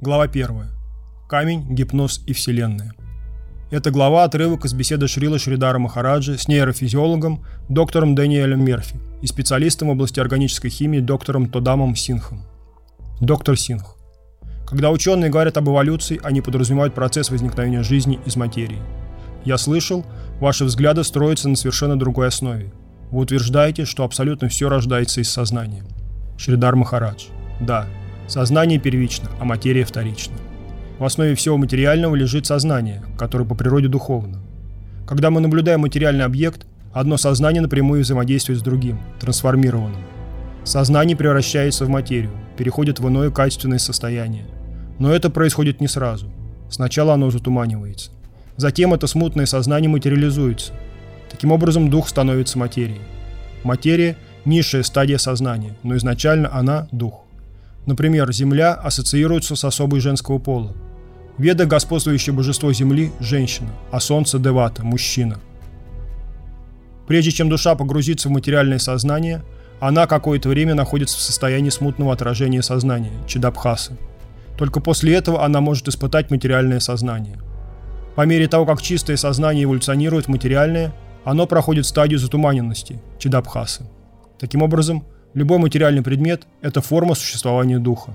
Глава 1. Камень, гипноз и Вселенная. Эта глава – отрывок из беседы Шрила Шридара Махараджи с нейрофизиологом доктором Дэниелем Мерфи и специалистом в области органической химии доктором Тодамом Сингхом. Доктор Сингх. Когда ученые говорят об эволюции, они подразумевают процесс возникновения жизни из материи. Я слышал, ваши взгляды строятся на совершенно другой основе. Вы утверждаете, что абсолютно все рождается из сознания. Шридар Махарадж. Да. Сознание первично, а материя вторична. В основе всего материального лежит сознание, которое по природе духовно. Когда мы наблюдаем материальный объект, одно сознание напрямую взаимодействует с другим, трансформированным. Сознание превращается в материю, переходит в иное качественное состояние. Но это происходит не сразу. Сначала оно затуманивается. Затем это смутное сознание материализуется. Таким образом, дух становится материей. Материя – низшая стадия сознания, но изначально она – дух. Например, Земля ассоциируется с особой женского пола. В Ведах господствующее божество Земли – женщина, а Солнце – Девата – мужчина. Прежде чем душа погрузится в материальное сознание, она какое-то время находится в состоянии смутного отражения сознания – Чидабхасы. Только после этого она может испытать материальное сознание. По мере того, как чистое сознание эволюционирует в материальное, оно проходит стадию затуманенности – Чидабхасы. Таким образом, любой материальный предмет – это форма существования духа.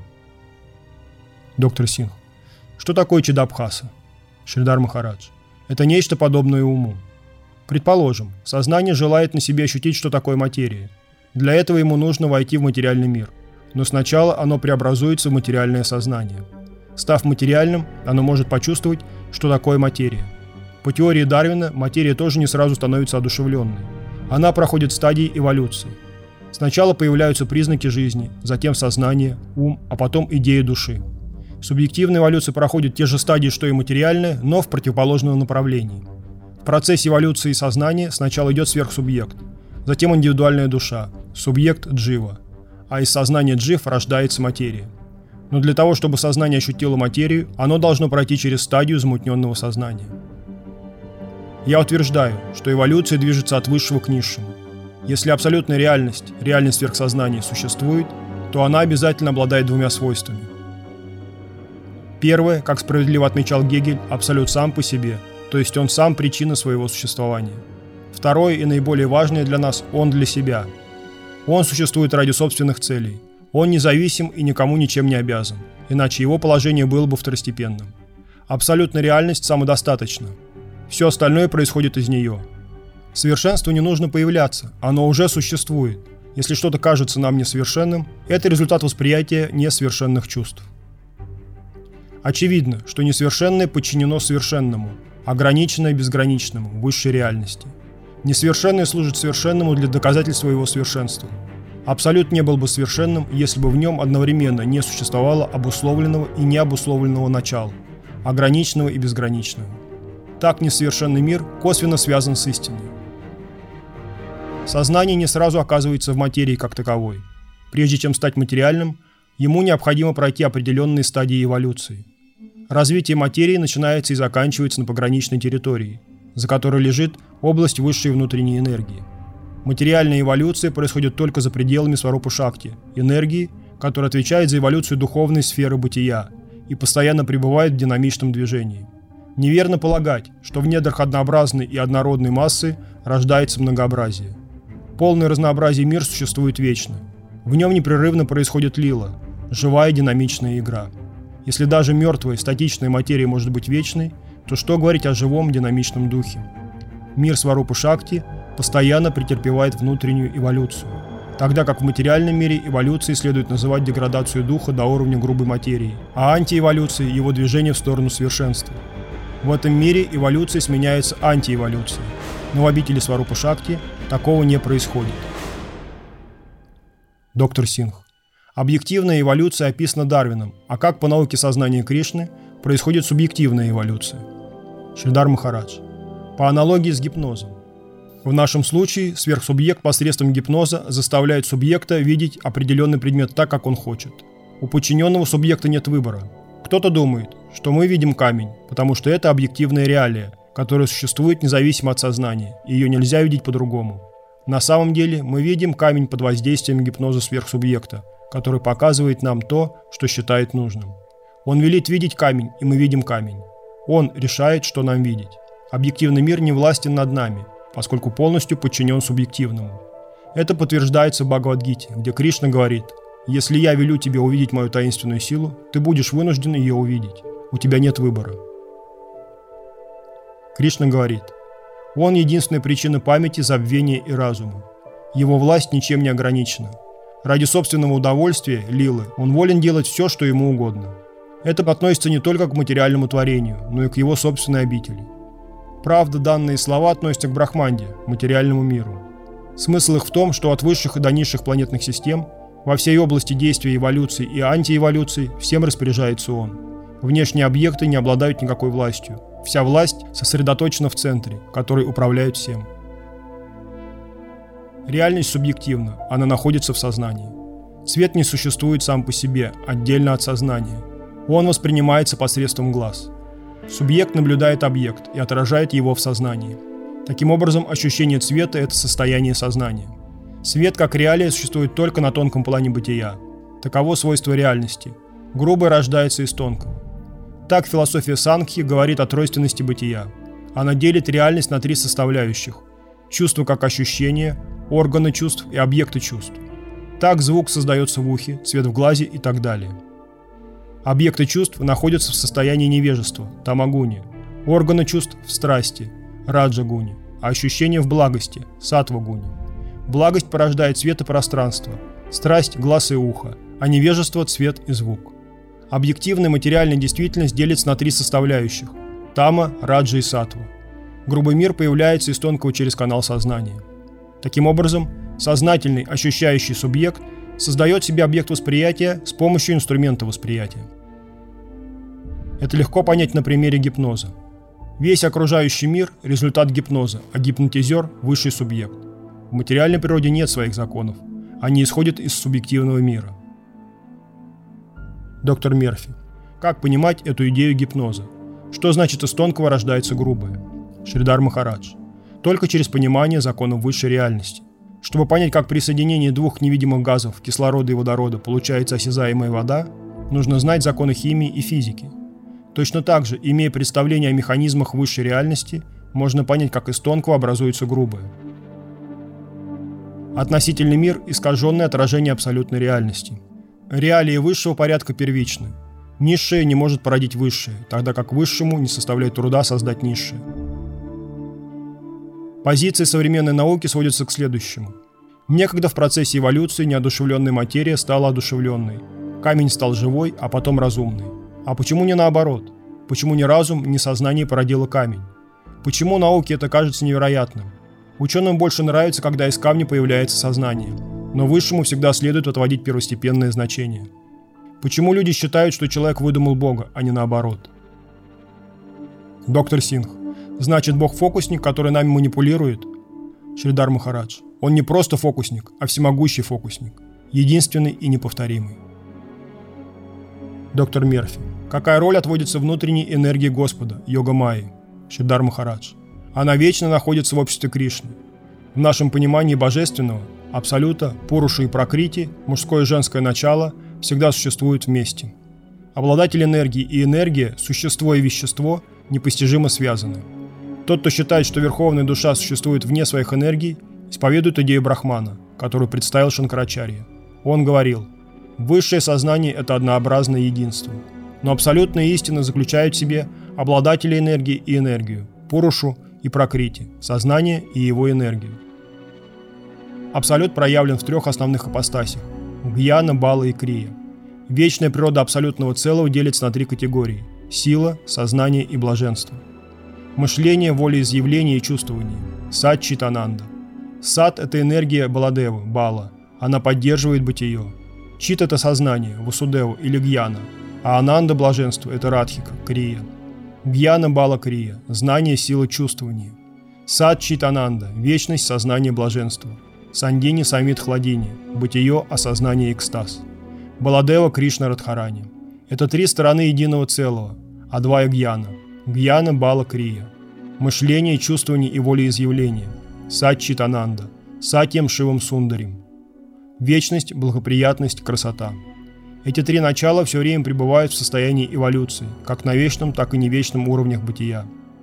Доктор Сингх. Что такое Чидабхаса? Шридар Махарадж. Это нечто подобное уму. Предположим, сознание желает на себе ощутить, что такое материя. Для этого ему нужно войти в материальный мир. Но сначала оно преобразуется в материальное сознание. Став материальным, оно может почувствовать, что такое материя. По теории Дарвина, материя тоже не сразу становится одушевленной. Она проходит стадии эволюции. Сначала появляются признаки жизни, затем сознание, ум, а потом идея души. Субъективная эволюция проходит те же стадии, что и материальная, но в противоположном направлении. В процессе эволюции сознания сначала идет сверхсубъект, затем индивидуальная душа, субъект джива, а из сознания джив рождается материя. Но для того, чтобы сознание ощутило материю, оно должно пройти через стадию замутненного сознания. Я утверждаю, что эволюция движется от высшего к низшему. Если абсолютная реальность, реальность сверхсознания существует, то она обязательно обладает двумя свойствами. Первое, как справедливо отмечал Гегель, абсолют сам по себе, то есть он сам причина своего существования. Второе и наиболее важное для нас – он для себя. Он существует ради собственных целей. Он независим и никому ничем не обязан, иначе его положение было бы второстепенным. Абсолютная реальность самодостаточна. Все остальное происходит из нее. Совершенству не нужно появляться, оно уже существует. Если что-то кажется нам несовершенным, это результат восприятия несовершенных чувств. Очевидно, что несовершенное подчинено совершенному, ограниченное безграничному, высшей реальности. Несовершенное служит совершенному для доказательства его совершенства. Абсолют не был бы совершенным, если бы в нем одновременно не существовало обусловленного и необусловленного начала, ограниченного и безграничного. Так несовершенный мир косвенно связан с истиной. Сознание не сразу оказывается в материи как таковой. Прежде чем стать материальным, ему необходимо пройти определенные стадии эволюции. Развитие материи начинается и заканчивается на пограничной территории, за которой лежит область высшей внутренней энергии. Материальная эволюция происходит только за пределами Сварупа Шакти, энергии, которая отвечает за эволюцию духовной сферы бытия и постоянно пребывает в динамичном движении. Неверно полагать, что в недрах однообразной и однородной массы рождается многообразие. Полное разнообразие мир существует вечно. В нем непрерывно происходит лила, живая динамичная игра. Если даже мертвая статичная материя может быть вечной, то что говорить о живом динамичном духе? Мир Сварупа Шакти постоянно претерпевает внутреннюю эволюцию, тогда как в материальном мире эволюцией следует называть деградацию духа до уровня грубой материи, а антиэволюцией – его движение в сторону совершенства. В этом мире эволюция сменяется антиэволюцией, но в обители Сварупа Шакти такого не происходит. Доктор Сингх. Объективная эволюция описана Дарвином, а как по науке сознания Кришны происходит субъективная эволюция? Шридар Махарадж. По аналогии с гипнозом. В нашем случае сверхсубъект посредством гипноза заставляет субъекта видеть определенный предмет так, как он хочет. У подчиненного субъекта нет выбора. Кто-то думает, что мы видим камень, потому что это объективная реалия, которая существует независимо от сознания, и ее нельзя видеть по-другому. На самом деле мы видим камень под воздействием гипноза сверхсубъекта, который показывает нам то, что считает нужным. Он велит видеть камень, и мы видим камень. Он решает, что нам видеть. Объективный мир не властен над нами, поскольку полностью подчинен субъективному. Это подтверждается в Бхагавад-гите, где Кришна говорит: «Если я велю тебе увидеть мою таинственную силу, ты будешь вынужден ее увидеть. У тебя нет выбора». Кришна говорит: «Он единственная причина памяти, забвения и разума. Его власть ничем не ограничена. Ради собственного удовольствия, лилы, он волен делать все, что ему угодно. Это относится не только к материальному творению, но и к его собственной обители. Правда, данные слова относятся к Брахманде, материальному миру. Смысл их в том, что от высших до низших планетных систем, во всей области действия эволюции и антиэволюции, всем распоряжается он. Внешние объекты не обладают никакой властью. Вся власть сосредоточена в центре, который управляет всем. Реальность субъективна, она находится в сознании. Свет не существует сам по себе, отдельно от сознания. Он воспринимается посредством глаз. Субъект наблюдает объект и отражает его в сознании. Таким образом, ощущение цвета – это состояние сознания. Свет как реалия существует только на тонком плане бытия. Таково свойство реальности. Грубое рождается из тонкого. Так философия Сангхи говорит о тройственности бытия. Она делит реальность на три составляющих: чувство как ощущение, органы чувств и объекты чувств. Так звук создается в ухе, цвет в глазе и так далее. Объекты чувств находятся в состоянии невежества, тамагуни, органы чувств в страсти, раджагуни, а ощущения в благости, саттвагуни. Благость порождает цвет и пространство, страсть – глаз и ухо, а невежество – цвет и звук. Объективная материальная действительность делится на три составляющих – тама, раджа и саттва. Грубый мир появляется из тонкого через канал сознания. Таким образом, сознательный, ощущающий субъект создает себе объект восприятия с помощью инструмента восприятия. Это легко понять на примере гипноза. Весь окружающий мир – результат гипноза, а гипнотизер – высший субъект. В материальной природе нет своих законов. Они исходят из субъективного мира. Доктор Мерфи. Как понимать эту идею гипноза? Что значит из тонкого рождается грубое? Шридар Махарадж. Только через понимание законов высшей реальности. Чтобы понять, как при соединении двух невидимых газов, кислорода и водорода, получается осязаемая вода, нужно знать законы химии и физики. Точно так же, имея представление о механизмах высшей реальности, можно понять, как из тонкого образуется грубое. Относительный мир – искаженное отражение абсолютной реальности. Реалии высшего порядка первичны. Низшее не может породить высшее, тогда как высшему не составляет труда создать низшее. Позиции современной науки сводятся к следующему. Некогда в процессе эволюции неодушевленная материя стала одушевленной. Камень стал живой, а потом разумный. А почему не наоборот? Почему ни разум, ни сознание породило камень? Почему науке это кажется невероятным? Ученым больше нравится, когда из камня появляется сознание. Но высшему всегда следует отводить первостепенное значение. Почему люди считают, что человек выдумал Бога, а не наоборот? Доктор Сингх. Значит, Бог фокусник, который нами манипулирует? Шридар Махарадж. Он не просто фокусник, а всемогущий фокусник. Единственный и неповторимый. Доктор Мерфи. Какая роль отводится внутренней энергии Господа, йога-майи? Шридар Махарадж. Она вечно находится в обществе Кришны. В нашем понимании божественного, абсолюта, пуруши и пракрити, мужское и женское начало всегда существуют вместе. Обладатель энергии и энергия, существо и вещество непостижимо связаны. Тот, кто считает, что верховная душа существует вне своих энергий, исповедует идею Брахмана, которую представил Шанкарачарья. Он говорил: «Высшее сознание – это однообразное единство». Но абсолютная истина заключает в себе обладателя энергии и энергию, пурушу и пракрити, сознание и его энергию. Абсолют проявлен в трех основных ипостасях – гьяна, бала и крия. Вечная природа абсолютного целого делится на три категории – сила, сознание и блаженство. Мышление, волеизъявление и чувствование – сат, чит, ананда. Сат – это энергия Баладевы, бала, она поддерживает бытие. Чит – это сознание, васудева или гьяна, а ананда – блаженство – это радхика, крия. Гьяна, бала, крия – знание, сила, чувствование. Сат, чит, ананда – вечность, сознание, блаженство. Сандини, самит, хладини – бытие, осознание, экстаз. Баладева, Кришна, Радхарани – это три стороны единого целого, а два – гьяна. Гьяна, бала, крия. Мышление, чувствование и волеизъявление. Сат, чит, ананда – сатьям, шивам, сундарим. Вечность, благоприятность, красота. Эти три начала все время пребывают в состоянии эволюции, как на вечном, так и невечном уровнях бытия.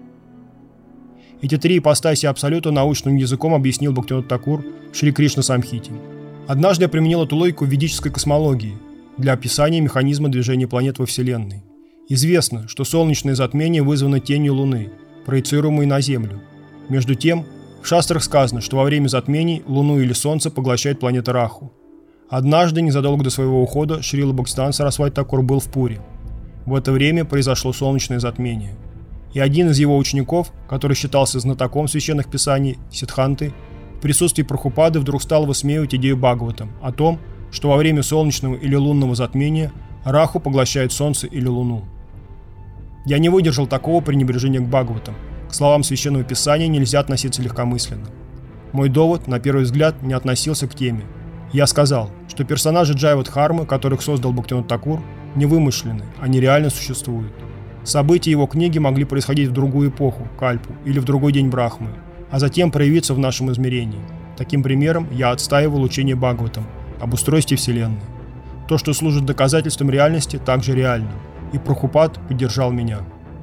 Эти три ипостаси Абсолюта научным языком объяснил Бхактивинода Такур в Шри Кришна Самхите. Однажды я применил эту логику в ведической космологии для описания механизма движения планет во Вселенной. Известно, что солнечное затмение вызвано тенью Луны, проецируемой на Землю. Между тем, в шастрах сказано, что во время затмений Луну или Солнце поглощает планета Раху. Однажды, незадолго до своего ухода, Шрила Бхактисиданта Сарасвати Такур был в Пури. В это время произошло солнечное затмение. И один из его учеников, который считался знатоком священных писаний, Сиддханты, в присутствии Прабхупады вдруг стал высмеивать идею Бхагаватам о том, что во время солнечного или лунного затмения Раху поглощает Солнце или Луну. Я не выдержал такого пренебрежения к Бхагаватам. К словам священного писания нельзя относиться легкомысленно. Мой довод, на первый взгляд, не относился к теме. Я сказал, что персонажи Джайва-Дхармы, которых создал Бхактивинода Такур, не вымышлены, они реально существуют. События его книги могли происходить в другую эпоху, Кальпу, или в другой день Брахмы, а затем проявиться в нашем измерении. Таким примером я отстаивал учение Бхагаватам об устройстве Вселенной. То, что служит доказательством реальности, также реально, и Прабхупад поддержал меня.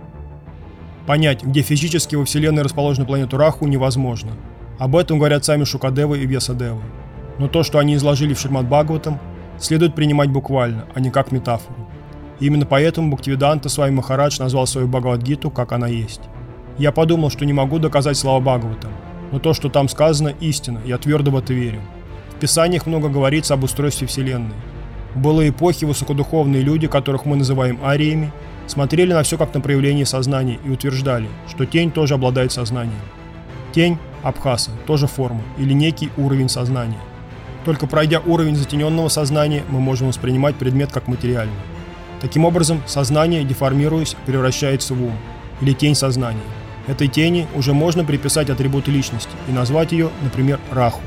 Понять, где физически во Вселенной расположена планета Раху, невозможно. Об этом говорят сами Шукадева и Вьясадева. Но то, что они изложили в Шримад Бхагаватам, следует принимать буквально, а не как метафору. И именно поэтому Бхактивиданта Свами Махарадж назвал свою Бхагавад-гиту, как она есть. Я подумал, что не могу доказать слова Бхагаватам, но то, что там сказано, истина, я твердо в это верю. В Писаниях много говорится об устройстве Вселенной. В былые эпохи высокодуховные люди, которых мы называем ариями, смотрели на все как на проявление сознания и утверждали, что тень тоже обладает сознанием. Тень, абхаса, тоже форма или некий уровень сознания. Только пройдя уровень затененного сознания, мы можем воспринимать предмет как материальный. Таким образом, сознание, деформируясь, превращается в ум, или тень сознания. Этой тени уже можно приписать атрибуты личности и назвать ее, например, Раху.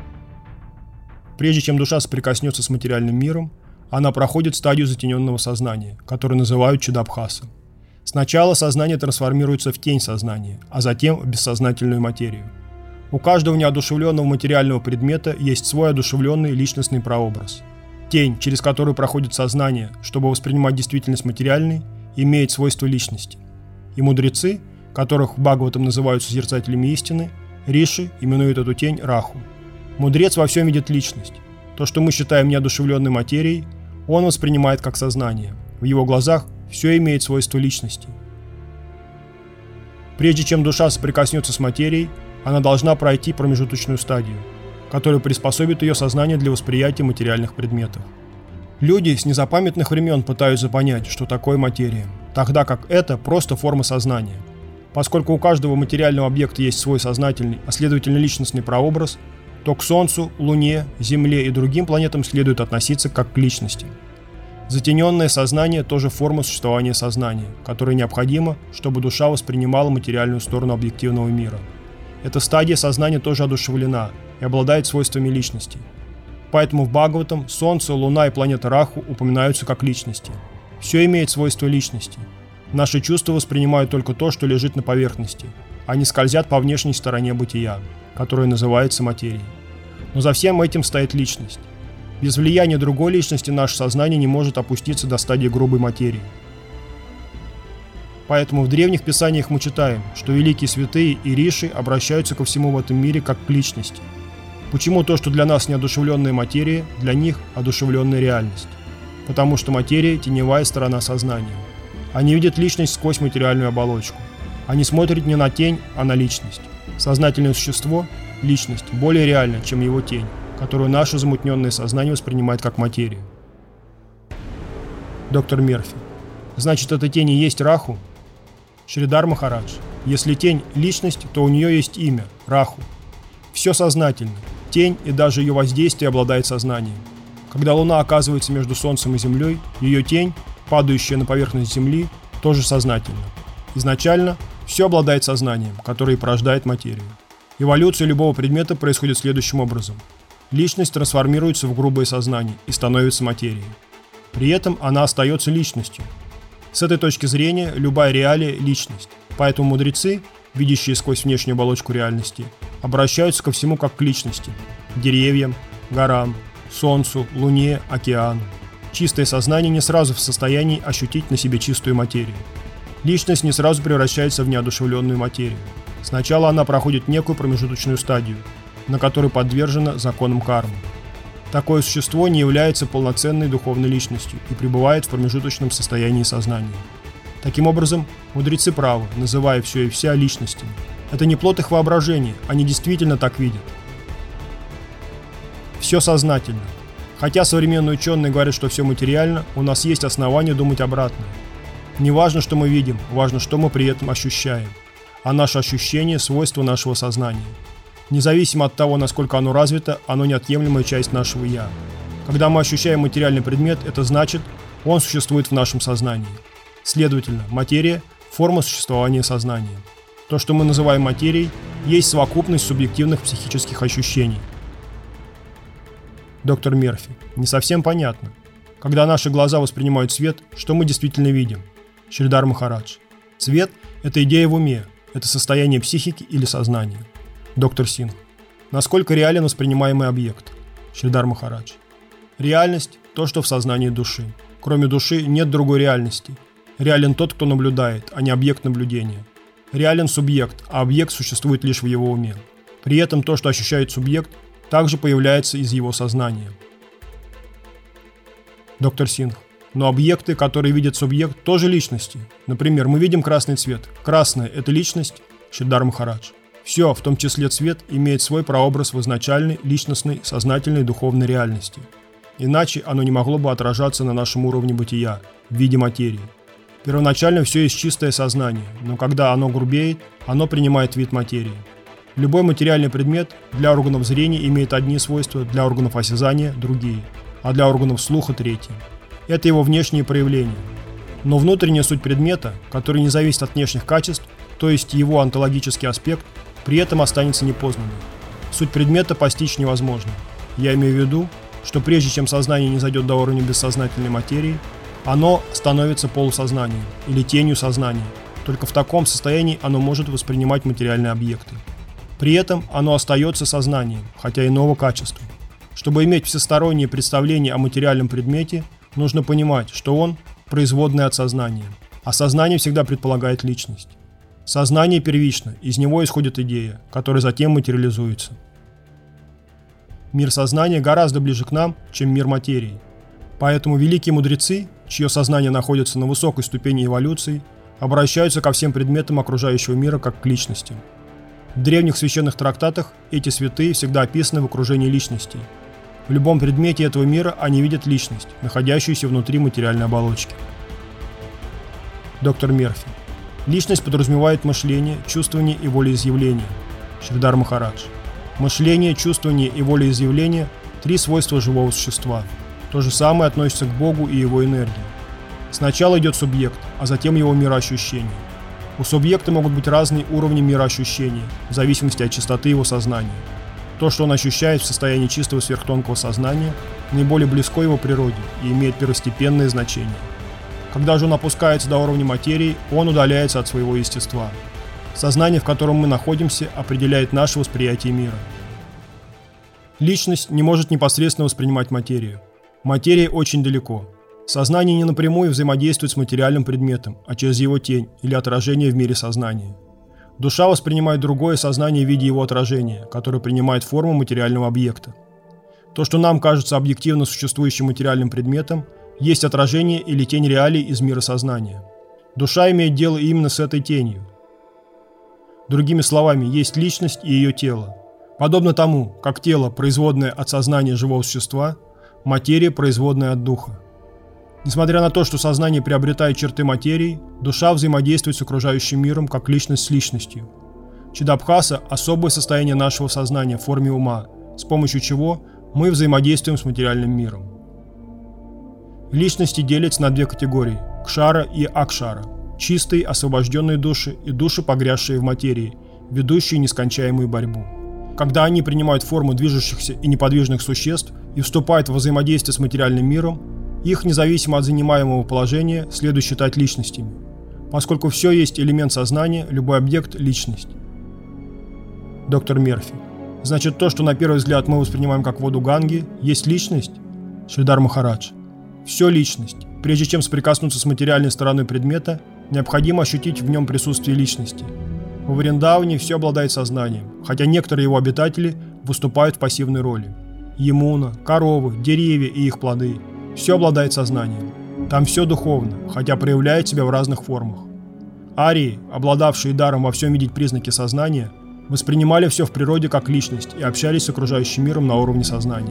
Прежде чем душа соприкоснется с материальным миром, она проходит стадию затененного сознания, которую называют Чидабхаса. Сначала сознание трансформируется в тень сознания, а затем в бессознательную материю. У каждого неодушевленного материального предмета есть свой одушевленный личностный прообраз. Тень, через которую проходит сознание, чтобы воспринимать действительность материальной, имеет свойство личности. И мудрецы, которых в Бхагаватам называют созерцателями истины, риши, именуют эту тень Раху. Мудрец во всем видит личность. То, что мы считаем неодушевленной материей, он воспринимает как сознание. В его глазах все имеет свойство личности. Прежде чем душа соприкоснется с материей, она должна пройти промежуточную стадию, которая приспособит ее сознание для восприятия материальных предметов. Люди с незапамятных времен пытаются понять, что такое материя, тогда как это просто форма сознания. Поскольку у каждого материального объекта есть свой сознательный, а следовательно личностный прообраз, то к Солнцу, Луне, Земле и другим планетам следует относиться как к личности. Затененное сознание тоже форма существования сознания, которая необходима, чтобы душа воспринимала материальную сторону объективного мира. Эта стадия сознания тоже одушевлена и обладает свойствами личности. Поэтому в Бхагаватам Солнце, Луна и планета Раху упоминаются как личности. Все имеет свойство личности. Наши чувства воспринимают только то, что лежит на поверхности. Они скользят по внешней стороне бытия, которая называется материей. Но за всем этим стоит личность. Без влияния другой личности наше сознание не может опуститься до стадии грубой материи. Поэтому в древних писаниях мы читаем, что великие святые и риши обращаются ко всему в этом мире как к личности. Почему то, что для нас неодушевленная материя, для них одушевленная реальность? Потому что материя – теневая сторона сознания. Они видят личность сквозь материальную оболочку. Они смотрят не на тень, а на личность. Сознательное существо – личность, более реальна, чем его тень, которую наше замутненное сознание воспринимает как материю. Доктор Мерфи. Значит, эта тень и есть Раху? Шридар Махарадж. Если тень – личность, то у нее есть имя – Раху. Все сознательно. Тень и даже ее воздействие обладает сознанием. Когда Луна оказывается между Солнцем и Землей, ее тень, падающая на поверхность Земли, тоже сознательна. Изначально все обладает сознанием, которое порождает материю. Эволюция любого предмета происходит следующим образом. Личность трансформируется в грубое сознание и становится материей. При этом она остается личностью. С этой точки зрения любая реалия – личность. Поэтому мудрецы, видящие сквозь внешнюю оболочку реальности, обращаются ко всему как к личности – деревьям, горам, солнцу, луне, океану. Чистое сознание не сразу в состоянии ощутить на себе чистую материю. Личность не сразу превращается в неодушевленную материю. Сначала она проходит некую промежуточную стадию, на которой подвержена законам кармы. Такое существо не является полноценной духовной личностью и пребывает в промежуточном состоянии сознания. Таким образом, мудрецы правы, называя все и вся личностями. Это не плод их воображения, они действительно так видят. Все сознательно. Хотя современные ученые говорят, что все материально, у нас есть основания думать обратное. Не важно, что мы видим, важно, что мы при этом ощущаем. А наше ощущение – свойство нашего сознания. Независимо от того, насколько оно развито, оно неотъемлемая часть нашего «я». Когда мы ощущаем материальный предмет, это значит, он существует в нашем сознании. Следовательно, материя – форма существования сознания. То, что мы называем материей, есть совокупность субъективных психических ощущений. Доктор Мерфи. Не совсем понятно. Когда наши глаза воспринимают свет, что мы действительно видим? Шридар Махарадж. Цвет – это идея в уме, это состояние психики или сознания. Доктор Сингх. Насколько реален воспринимаемый объект? Шридар Махарадж. Реальность – то, что в сознании души. Кроме души нет другой реальности. Реален тот, кто наблюдает, а не объект наблюдения. Реален субъект, а объект существует лишь в его уме. При этом то, что ощущает субъект, также появляется из его сознания. Доктор Сингх. Но объекты, которые видит субъект, тоже личности. Например, мы видим красный цвет. Красное – это личность? Шридар Махарадж. Все, в том числе цвет, имеет свой прообраз в изначальной, личностной, сознательной, духовной реальности. Иначе оно не могло бы отражаться на нашем уровне бытия, в виде материи. Первоначально все есть чистое сознание, но когда оно грубеет, оно принимает вид материи. Любой материальный предмет для органов зрения имеет одни свойства, для органов осязания – другие, а для органов слуха – третьи. Это его внешние проявления. Но внутренняя суть предмета, который не зависит от внешних качеств, то есть его онтологический аспект, при этом останется непознанной. Суть предмета постичь невозможно. Я имею в виду, что прежде чем сознание не зайдет до уровня бессознательной материи, оно становится полусознанием или тенью сознания. Только в таком состоянии оно может воспринимать материальные объекты. При этом оно остается сознанием, хотя иного качества. Чтобы иметь всестороннее представление о материальном предмете, нужно понимать, что он – производное от сознания, а сознание всегда предполагает личность. Сознание первично, из него исходит идея, которая затем материализуется. Мир сознания гораздо ближе к нам, чем мир материи. Поэтому великие мудрецы, чье сознание находится на высокой ступени эволюции, обращаются ко всем предметам окружающего мира как к личностям. В древних священных трактатах эти святые всегда описаны в окружении личностей. В любом предмете этого мира они видят личность, находящуюся внутри материальной оболочки. Доктор Мерфи. Личность подразумевает мышление, чувствование и волеизъявление. Шридар Махарадж. Мышление, чувствование и волеизъявление – три свойства живого существа. То же самое относится к Богу и его энергии. Сначала идет субъект, а затем его мироощущение. У субъекта могут быть разные уровни мироощущения, в зависимости от частоты его сознания. То, что он ощущает в состоянии чистого сверхтонкого сознания, наиболее близко его природе и имеет первостепенное значение. Когда же он опускается до уровня материи, он удаляется от своего естества. Сознание, в котором мы находимся, определяет наше восприятие мира. Личность не может непосредственно воспринимать материю. Материя очень далеко. Сознание не напрямую взаимодействует с материальным предметом, а через его тень или отражение в мире сознания. Душа воспринимает другое сознание в виде его отражения, которое принимает форму материального объекта. То, что нам кажется объективно существующим материальным предметом, есть отражение или тень реалий из мира сознания. Душа имеет дело именно с этой тенью. Другими словами, есть личность и ее тело. Подобно тому, как тело, производное от сознания живого существа, материя, производная от духа. Несмотря на то, что сознание приобретает черты материи, душа взаимодействует с окружающим миром как личность с личностью. Чидабхаса – особое состояние нашего сознания в форме ума, с помощью чего мы взаимодействуем с материальным миром. Личности делятся на две категории – кшара и акшара – чистые, освобожденные души и души, погрязшие в материи, ведущие нескончаемую борьбу. Когда они принимают форму движущихся и неподвижных существ и вступают в взаимодействие с материальным миром, их, независимо от занимаемого положения, следует считать личностями. Поскольку все есть элемент сознания, любой объект – личность. Доктор Мерфи. Значит, то, что на первый взгляд мы воспринимаем как воду Ганги, есть личность? Шридар Махарадж. Все личность. Прежде чем соприкоснуться с материальной стороной предмета, необходимо ощутить в нем присутствие личности. Во Вриндаване все обладает сознанием, хотя некоторые его обитатели выступают в пассивной роли. Ямуна, коровы, деревья и их плоды – все обладает сознанием. Там все духовно, хотя проявляет себя в разных формах. Арии, обладавшие даром во всем видеть признаки сознания, воспринимали все в природе как личность и общались с окружающим миром на уровне сознания.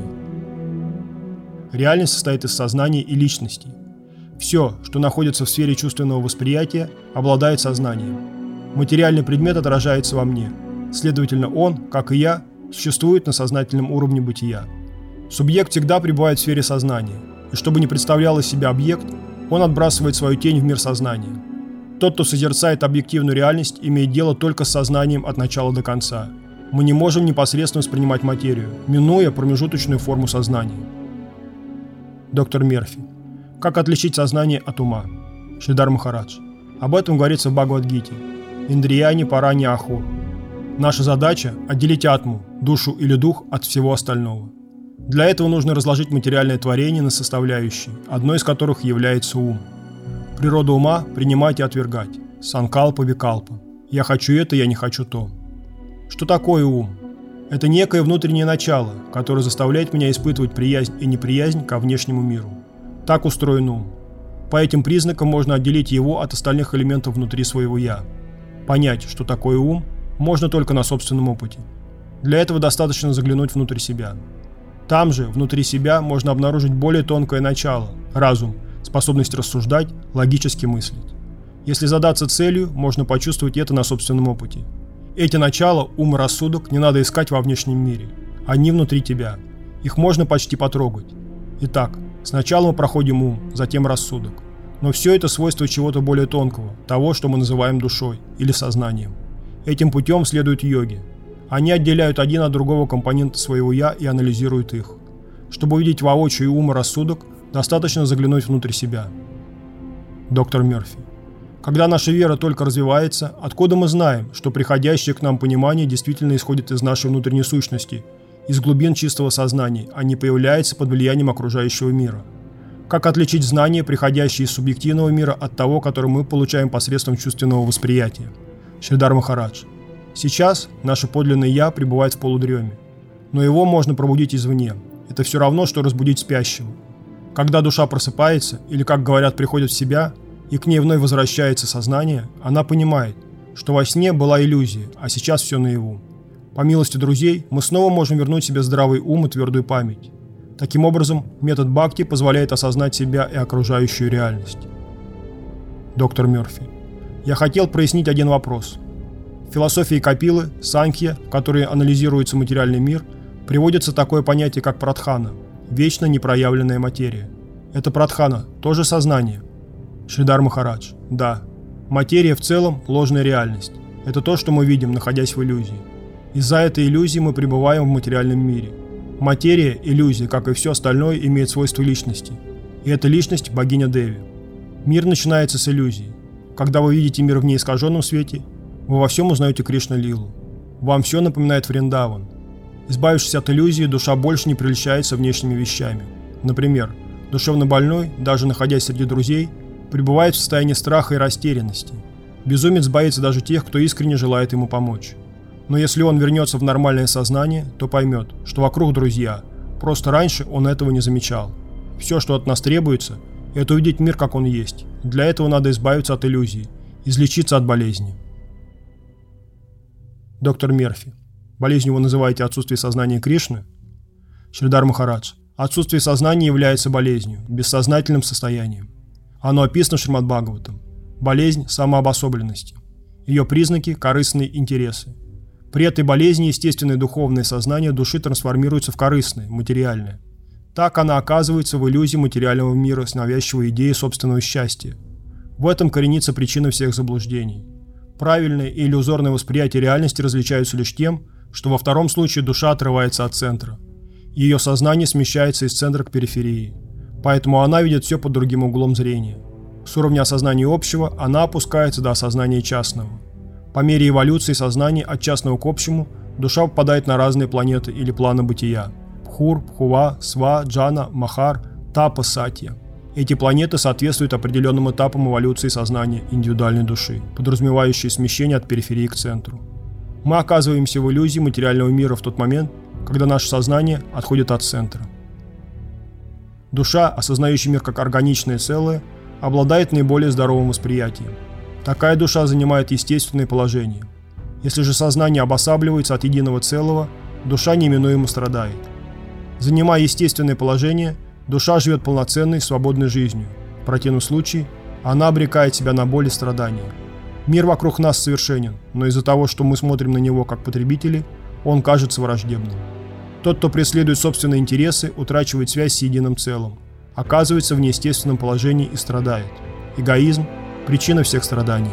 Реальность состоит из сознания и личностей. Все, что находится в сфере чувственного восприятия, обладает сознанием. Материальный предмет отражается во мне. Следовательно, он, как и я, существует на сознательном уровне бытия. Субъект всегда пребывает в сфере сознания, и чтобы не представлял из себя объект, он отбрасывает свою тень в мир сознания. Тот, кто созерцает объективную реальность, имеет дело только с сознанием от начала до конца. Мы не можем непосредственно воспринимать материю, минуя промежуточную форму сознания. Доктор Мерфи. Как отличить сознание от ума? Шридар Махарадж. Об этом говорится в Бхагавад-гите. Индрияни парани ахо. Наша задача – отделить атму, душу или дух от всего остального. Для этого нужно разложить материальное творение на составляющие, одной из которых является ум. Природа ума – принимать и отвергать. Санкалпа, викалпа. Я хочу это, я не хочу то. Что такое ум? Это некое внутреннее начало, которое заставляет меня испытывать приязнь и неприязнь ко внешнему миру. Так устроен ум. По этим признакам можно отделить его от остальных элементов внутри своего «я». Понять, что такое ум, можно только на собственном опыте. Для этого достаточно заглянуть внутрь себя. Там же, внутри себя, можно обнаружить более тонкое начало – разум, способность рассуждать, логически мыслить. Если задаться целью, можно почувствовать это на собственном опыте. Эти начала, ум и рассудок, не надо искать во внешнем мире. Они внутри тебя. Их можно почти потрогать. Итак, сначала мы проходим ум, затем рассудок. Но все это свойство чего-то более тонкого, того, что мы называем душой или сознанием. Этим путем следуют йоги. Они отделяют один от другого компонента своего «я» и анализируют их. Чтобы увидеть воочию ум и рассудок, достаточно заглянуть внутрь себя. Доктор Мерфи. Когда наша вера только развивается, откуда мы знаем, что приходящее к нам понимание действительно исходит из нашей внутренней сущности, из глубин чистого сознания, а не появляется под влиянием окружающего мира? Как отличить знания, приходящие из субъективного мира, от того, которое мы получаем посредством чувственного восприятия? Шридар Махарадж. Сейчас наше подлинное «я» пребывает в полудреме, но его можно пробудить извне. Это все равно, что разбудить спящего. Когда душа просыпается, или, как говорят, приходит в себя, и к ней вновь возвращается сознание, она понимает, что во сне была иллюзия, а сейчас все наяву. По милости друзей, мы снова можем вернуть себе здравый ум и твердую память. Таким образом, метод бхакти позволяет осознать себя и окружающую реальность. Доктор Мерфи. Я хотел прояснить один вопрос. В философии Капилы, Санхья, в которой анализируется материальный мир, приводится такое понятие, как прадхана – вечно непроявленная материя. Это прадхана – тоже сознание. Шридар Махарадж. Да. Материя в целом – ложная реальность. Это то, что мы видим, находясь в иллюзии. Из-за этой иллюзии мы пребываем в материальном мире. Материя, иллюзия, как и все остальное, имеет свойство личности. И эта личность – богиня Деви. Мир начинается с иллюзии. Когда вы видите мир в неискаженном свете, вы во всем узнаете Кришна-лилу. Вам все напоминает Вриндаван. Избавившись от иллюзии, душа больше не прельщается внешними вещами. Например, душевно больной, даже находясь среди друзей, пребывает в состоянии страха и растерянности. Безумец боится даже тех, кто искренне желает ему помочь. Но если он вернется в нормальное сознание, то поймет, что вокруг друзья, просто раньше он этого не замечал. Все, что от нас требуется, это увидеть мир, как он есть. Для этого надо избавиться от иллюзий, излечиться от болезни. Доктор Мерфи. Болезнью вы называете отсутствие сознания Кришны? Шридар Махарадж. Отсутствие сознания является болезнью, бессознательным состоянием. Оно описано в Шримад Бхагаватам. Болезнь самообособленности. Ее признаки – корыстные интересы. При этой болезни естественное духовное сознание души трансформируется в корыстное, материальное. Так она оказывается в иллюзии материального мира с навязчивой идеей собственного счастья. В этом коренится причина всех заблуждений. Правильное и иллюзорное восприятие реальности различаются лишь тем, что во втором случае душа отрывается от центра. Ее сознание смещается из центра к периферии. Поэтому она видит все под другим углом зрения. С уровня осознания общего она опускается до осознания частного. По мере эволюции сознания от частного к общему душа попадает на разные планеты или планы бытия. Пхур, Пхува, Сва, Джана, Махар, Тапа, Сатья. Эти планеты соответствуют определенным этапам эволюции сознания индивидуальной души, подразумевающие смещение от периферии к центру. Мы оказываемся в иллюзии материального мира в тот момент, когда наше сознание отходит от центра. Душа, осознающая мир как органичное целое, обладает наиболее здоровым восприятием. Такая душа занимает естественное положение. Если же сознание обосабливается от единого целого, душа неминуемо страдает. Занимая естественное положение, душа живет полноценной, свободной жизнью. В противном случае она обрекает себя на боль и страдания. Мир вокруг нас совершенен, но из-за того, что мы смотрим на него как потребители, он кажется враждебным. Тот, кто преследует собственные интересы, утрачивает связь с единым целым, оказывается в неестественном положении и страдает. Эгоизм – причина всех страданий.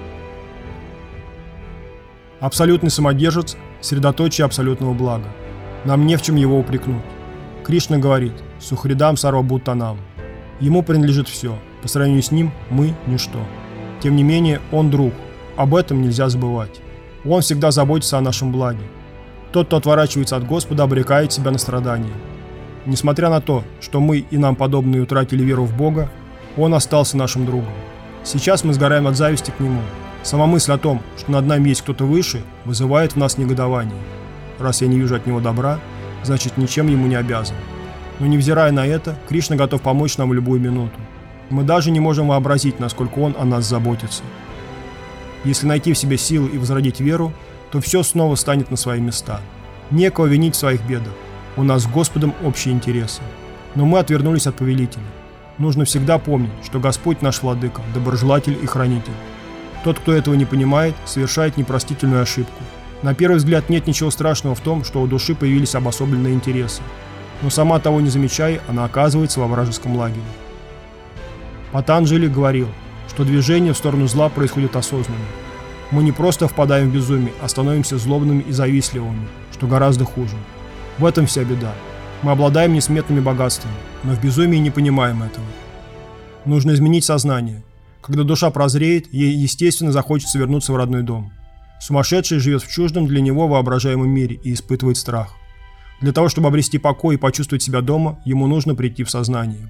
Абсолютный самодержец – средоточие абсолютного блага. Нам не в чем его упрекнуть. Кришна говорит «Сухридам сарвабхутанам». Ему принадлежит все, по сравнению с ним мы – ничто. Тем не менее, он друг, об этом нельзя забывать. Он всегда заботится о нашем благе. Тот, кто отворачивается от Господа, обрекает себя на страдания. Несмотря на то, что мы и нам подобные утратили веру в Бога, Он остался нашим другом. Сейчас мы сгораем от зависти к Нему. Сама мысль о том, что над нами есть кто-то выше, вызывает в нас негодование. Раз я не вижу от Него добра, значит ничем Ему не обязан. Но невзирая на это, Кришна готов помочь нам в любую минуту. Мы даже не можем вообразить, насколько Он о нас заботится. Если найти в себе силы и возродить веру, то все снова станет на свои места. Некого винить в своих бедах. У нас с Господом общие интересы. Но мы отвернулись от повелителя. Нужно всегда помнить, что Господь наш владыка, доброжелатель и хранитель. Тот, кто этого не понимает, совершает непростительную ошибку. На первый взгляд нет ничего страшного в том, что у души появились обособленные интересы. Но сама того не замечая, она оказывается во вражеском лагере. Патанджали говорил, что движение в сторону зла происходит осознанно. Мы не просто впадаем в безумие, а становимся злобными и завистливыми, что гораздо хуже. В этом вся беда. Мы обладаем несметными богатствами, но в безумии не понимаем этого. Нужно изменить сознание. Когда душа прозреет, ей естественно захочется вернуться в родной дом. Сумасшедший живет в чуждом для него воображаемом мире и испытывает страх. Для того, чтобы обрести покой и почувствовать себя дома, ему нужно прийти в сознание.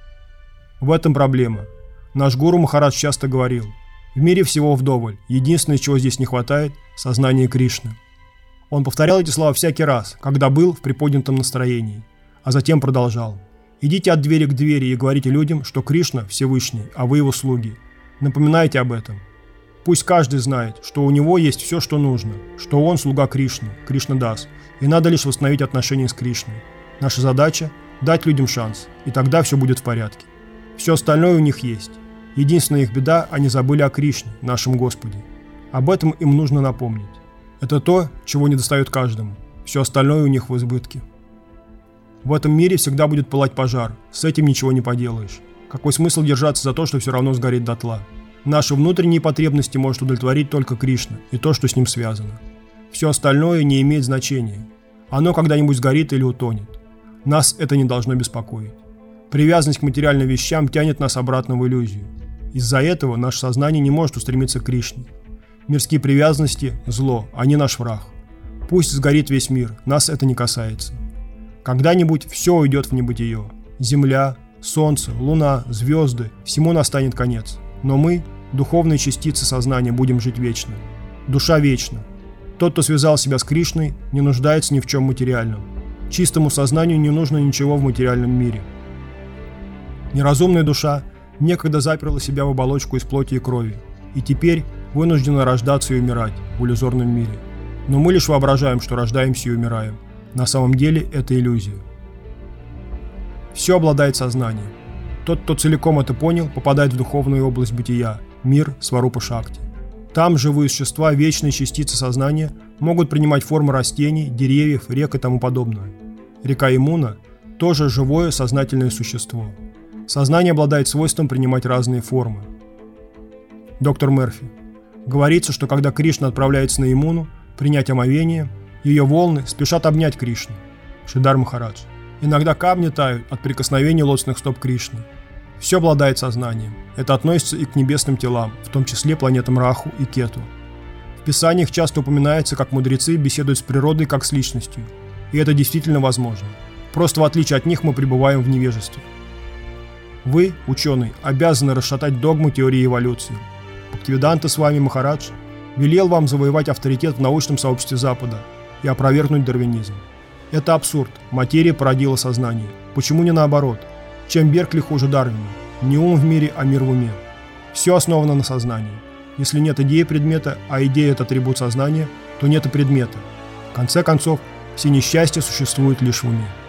В этом проблема. Наш гуру Махарадж часто говорил: в мире всего вдоволь, единственное, чего здесь не хватает – сознание Кришны. Он повторял эти слова всякий раз, когда был в приподнятом настроении, а затем продолжал: идите от двери к двери и говорите людям, что Кришна – Всевышний, а вы его слуги. Напоминайте об этом. Пусть каждый знает, что у него есть все, что нужно, что он слуга Кришны, Кришнадас, и надо лишь восстановить отношения с Кришной. Наша задача – дать людям шанс, и тогда все будет в порядке. Все остальное у них есть. Единственная их беда – они забыли о Кришне, нашем Господе. Об этом им нужно напомнить. Это то, чего недостает каждому. Все остальное у них в избытке. В этом мире всегда будет пылать пожар. С этим ничего не поделаешь. Какой смысл держаться за то, что все равно сгорит дотла? Наши внутренние потребности может удовлетворить только Кришна и то, что с ним связано. Все остальное не имеет значения. Оно когда-нибудь сгорит или утонет. Нас это не должно беспокоить. Привязанность к материальным вещам тянет нас обратно в иллюзию. Из-за этого наше сознание не может устремиться к Кришне. Мирские привязанности – зло, они наш враг. Пусть сгорит весь мир, нас это не касается. Когда-нибудь все уйдет в небытие. Земля, солнце, луна, звезды – всему настанет конец. Но мы, духовные частицы сознания, будем жить вечно. Душа вечна. Тот, кто связал себя с Кришной, не нуждается ни в чем материальном. Чистому сознанию не нужно ничего в материальном мире. Неразумная душа некогда заперла себя в оболочку из плоти и крови, и теперь вынуждена рождаться и умирать в иллюзорном мире. Но мы лишь воображаем, что рождаемся и умираем. На самом деле это иллюзия. Все обладает сознанием. Тот, кто целиком это понял, попадает в духовную область бытия, мир Сварупа Шакти. Там живые существа, вечные частицы сознания, могут принимать формы растений, деревьев, рек и тому подобное. Река Ямуна – тоже живое сознательное существо. Сознание обладает свойством принимать разные формы. Доктор Мерфи. Говорится, что когда Кришна отправляется на Ямуну принять омовение, ее волны спешат обнять Кришну. Шридар Махарадж. Иногда камни тают от прикосновения лотосных стоп Кришны. Все обладает сознанием. Это относится и к небесным телам, в том числе планетам Раху и Кету. В писаниях часто упоминается, как мудрецы беседуют с природой как с личностью. И это действительно возможно. Просто в отличие от них мы пребываем в невежестве. Вы, ученый, обязаны расшатать догму теории эволюции. Бхактивиданта Свами Махарадж велел вам завоевать авторитет в научном сообществе Запада и опровергнуть дарвинизм. Это абсурд. Материя породила сознание. Почему не наоборот? Чем Беркли хуже Дарвина? Не ум в мире, а мир в уме. Все основано на сознании. Если нет идеи предмета, а идея – это атрибут сознания, то нет и предмета. В конце концов, все несчастья существуют лишь в уме.